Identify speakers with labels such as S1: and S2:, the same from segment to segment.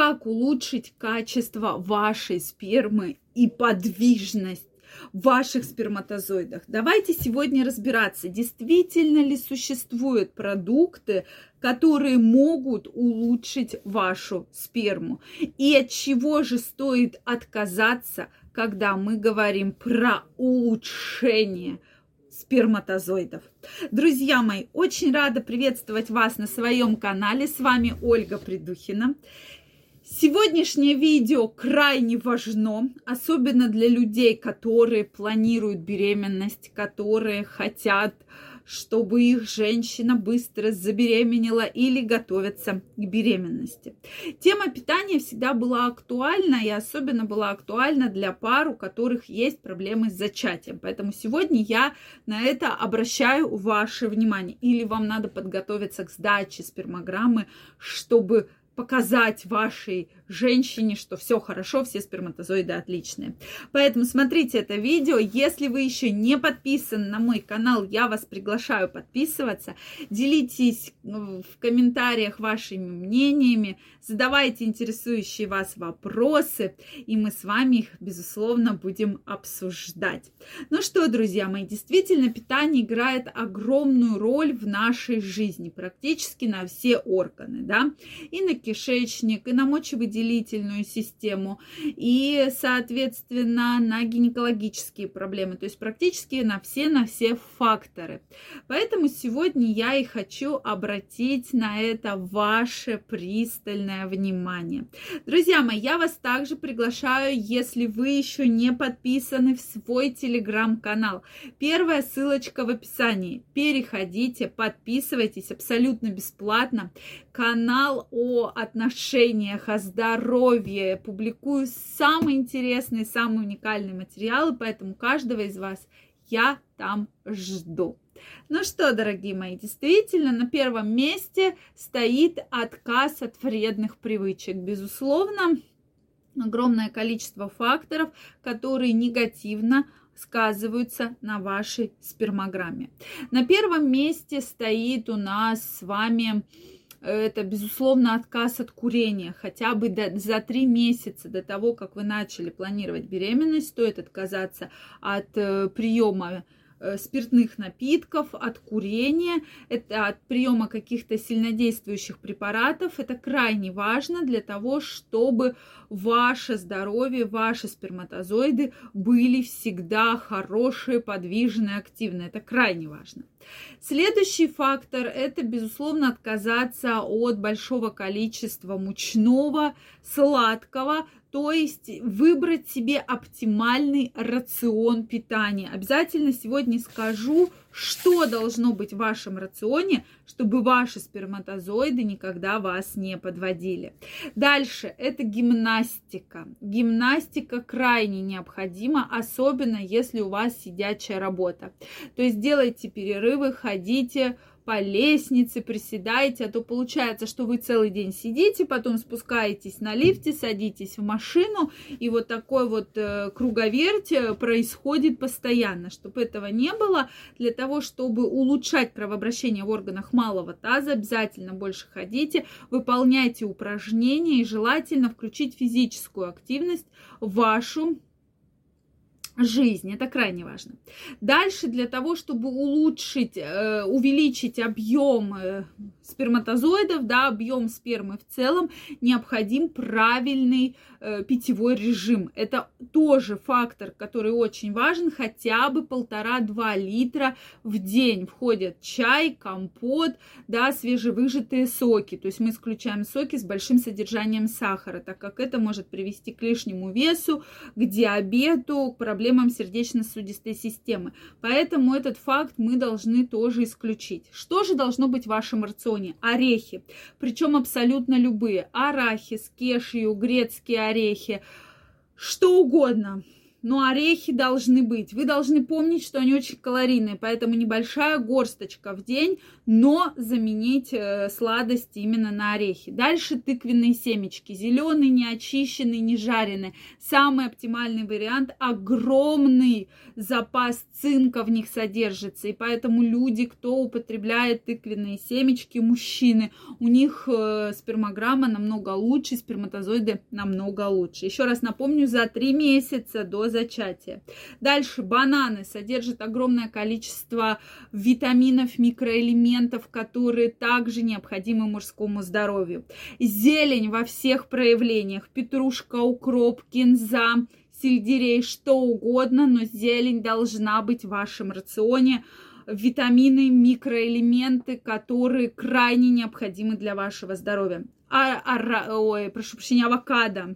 S1: как улучшить качество вашей спермы и подвижность в ваших сперматозоидах. Давайте сегодня разбираться, действительно ли существуют продукты, которые могут улучшить вашу сперму. И от чего же стоит отказаться, когда мы говорим про улучшение сперматозоидов. Друзья мои, очень рада приветствовать вас на своем канале. С вами Ольга Придухина. Сегодняшнее видео крайне важно, особенно для людей, которые планируют беременность, которые хотят, чтобы их женщина быстро забеременела или готовятся к беременности. Тема питания всегда была актуальна, и особенно была актуальна для пар, у которых есть проблемы с зачатием. Поэтому сегодня я на это обращаю ваше внимание. Или вам надо подготовиться к сдаче спермограммы, чтобы показать вашей женщине, что все хорошо, все сперматозоиды отличные. Поэтому смотрите это видео. Если вы еще не подписаны на мой канал, я вас приглашаю подписываться. Делитесь в комментариях вашими мнениями, задавайте интересующие вас вопросы, и мы с вами их, безусловно, будем обсуждать. Ну что, друзья мои, действительно, питание играет огромную роль в нашей жизни, практически на все органы, да, и на кишечник, и на мочевыделительную систему, и, соответственно, на гинекологические проблемы, то есть практически на все факторы. Поэтому сегодня я и хочу обратить на это ваше пристальное внимание. Друзья мои, я вас также приглашаю, если вы еще не подписаны, в свой телеграм-канал. Первая ссылочка в описании. Переходите, подписывайтесь абсолютно бесплатно. Канал о отношениях, о здоровье. Публикую самые интересные, самые уникальные материалы, поэтому каждого из вас я там жду. Ну что, дорогие мои, действительно, на первом месте стоит отказ от вредных привычек. Безусловно, огромное количество факторов, которые негативно сказываются на вашей спермограмме. На первом месте стоит у нас с вами... Это, безусловно, отказ от курения. Хотя бы за 3 месяца до того, как вы начали планировать беременность, стоит отказаться от приема спиртных напитков, от курения, это от приема каких-то сильнодействующих препаратов. Это крайне важно для того, чтобы ваше здоровье, ваши сперматозоиды были всегда хорошие, подвижные, активные. Это крайне важно. Следующий фактор – это, безусловно, отказаться от большого количества мучного, сладкого, то есть выбрать себе оптимальный рацион питания. Обязательно сегодня скажу, что должно быть в вашем рационе, чтобы ваши сперматозоиды никогда вас не подводили. Дальше это гимнастика. Гимнастика крайне необходима, особенно если у вас сидячая работа. То есть делайте перерывы, ходите по лестнице, приседайте, а то получается, что вы целый день сидите, потом спускаетесь на лифте, садитесь в машину, и вот такой вот круговерть происходит постоянно. Чтобы этого не было, для того, чтобы улучшать кровообращение в органах малого таза, обязательно больше ходите, выполняйте упражнения и желательно включить физическую активность в вашу жизнь. Это крайне важно. Дальше для того, чтобы увеличить объем сперматозоидов, да, объем спермы в целом, необходим правильный питьевой режим. Это тоже фактор, который очень важен. Хотя бы 1,5-2 литра в день входят чай, компот, да, свежевыжатые соки. То есть мы исключаем соки с большим содержанием сахара, так как это может привести к лишнему весу, к диабету, к проблемам сердечно-сосудистой системы. Поэтому этот факт мы должны тоже исключить. Что же должно быть в вашем рационе? Орехи. Причем абсолютно любые. Арахис, кешью, грецкие орехи. Что угодно. но орехи должны быть. Вы должны помнить, что они очень калорийные, поэтому небольшая горсточка в день, но заменить сладости именно на орехи. Дальше тыквенные семечки. Зеленые, не очищенные, не жареные. Самый оптимальный вариант. Огромный запас цинка в них содержится. И поэтому люди, кто употребляет тыквенные семечки, мужчины, у них спермограмма намного лучше, сперматозоиды намного лучше. Еще раз напомню, за 3 месяца до зачатия. Дальше бананы содержат огромное количество витаминов, микроэлементов, которые также необходимы мужскому здоровью. Зелень во всех проявлениях. Петрушка, укроп, кинза, сельдерей, что угодно, но зелень должна быть в вашем рационе. Витамины, микроэлементы, которые крайне необходимы для вашего здоровья. Авокадо.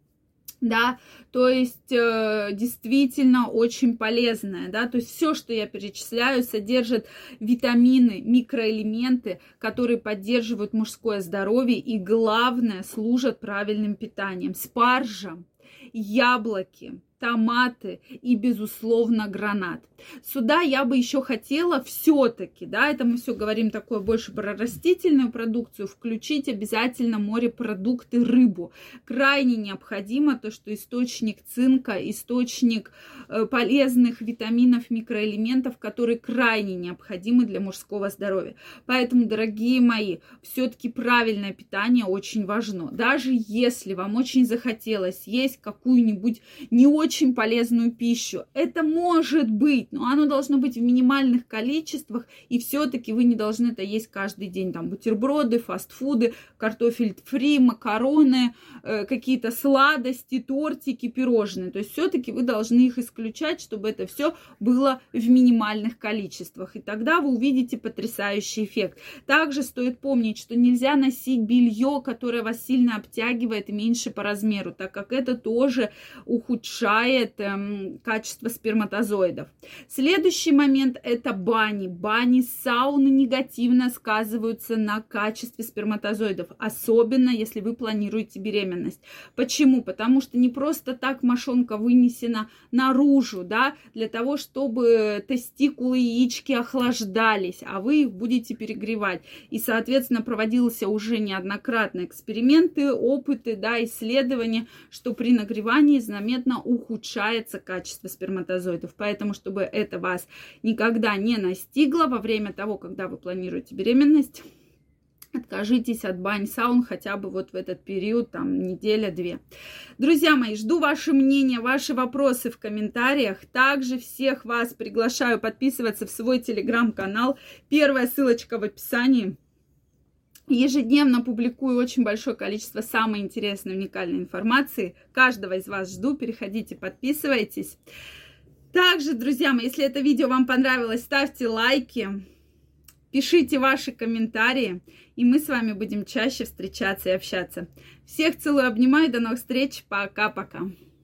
S1: Да, то есть действительно очень полезное, да, то есть все, что я перечисляю, содержит витамины, микроэлементы, которые поддерживают мужское здоровье и, главное, служат правильным питанием. Спаржа, яблоки, томаты и, безусловно, гранат. Сюда я бы еще хотела все-таки, да, это мы все говорим такое больше про растительную продукцию, включить обязательно морепродукты, рыбу. Крайне необходимо то, что источник цинка, источник полезных витаминов, микроэлементов, которые крайне необходимы для мужского здоровья. Поэтому, дорогие мои, все-таки правильное питание очень важно. Даже если вам очень захотелось есть какую-нибудь не очень полезную пищу, это может быть, но оно должно быть в минимальных количествах, и все-таки вы не должны это есть каждый день. Там бутерброды, фастфуды, картофель фри, макароны, какие-то сладости, тортики, пирожные. То есть все-таки вы должны их исключать, чтобы это все было в минимальных количествах. И тогда вы увидите потрясающий эффект. Также стоит помнить, что нельзя носить белье, которое вас сильно обтягивает и меньше по размеру, так как это тоже ухудшает качество сперматозоидов. Следующий момент – это бани. Бани, сауны негативно сказываются на качестве сперматозоидов, особенно если вы планируете беременность. Почему? Потому что не просто так мошонка вынесена наружу, да, для того, чтобы тестикулы и яички охлаждались, а вы их будете перегревать. И, соответственно, проводился уже неоднократно эксперименты, опыты, да, исследования, что при нагревании заметно ухудшается качество сперматозоидов. Поэтому, чтобы это вас никогда не настигло во время того, когда вы планируете беременность, откажитесь от бань, саун хотя бы вот в этот период, там, неделя-две. Друзья мои, жду ваше мнение, ваши вопросы в комментариях. Также всех вас приглашаю подписываться в свой телеграм-канал. Первая ссылочка в описании. Ежедневно публикую очень большое количество самой интересной, уникальной информации. Каждого из вас жду. Переходите, подписывайтесь. Также, друзья мои, если это видео вам понравилось, ставьте лайки, пишите ваши комментарии, и мы с вами будем чаще встречаться и общаться. Всех целую, обнимаю, до новых встреч, пока-пока.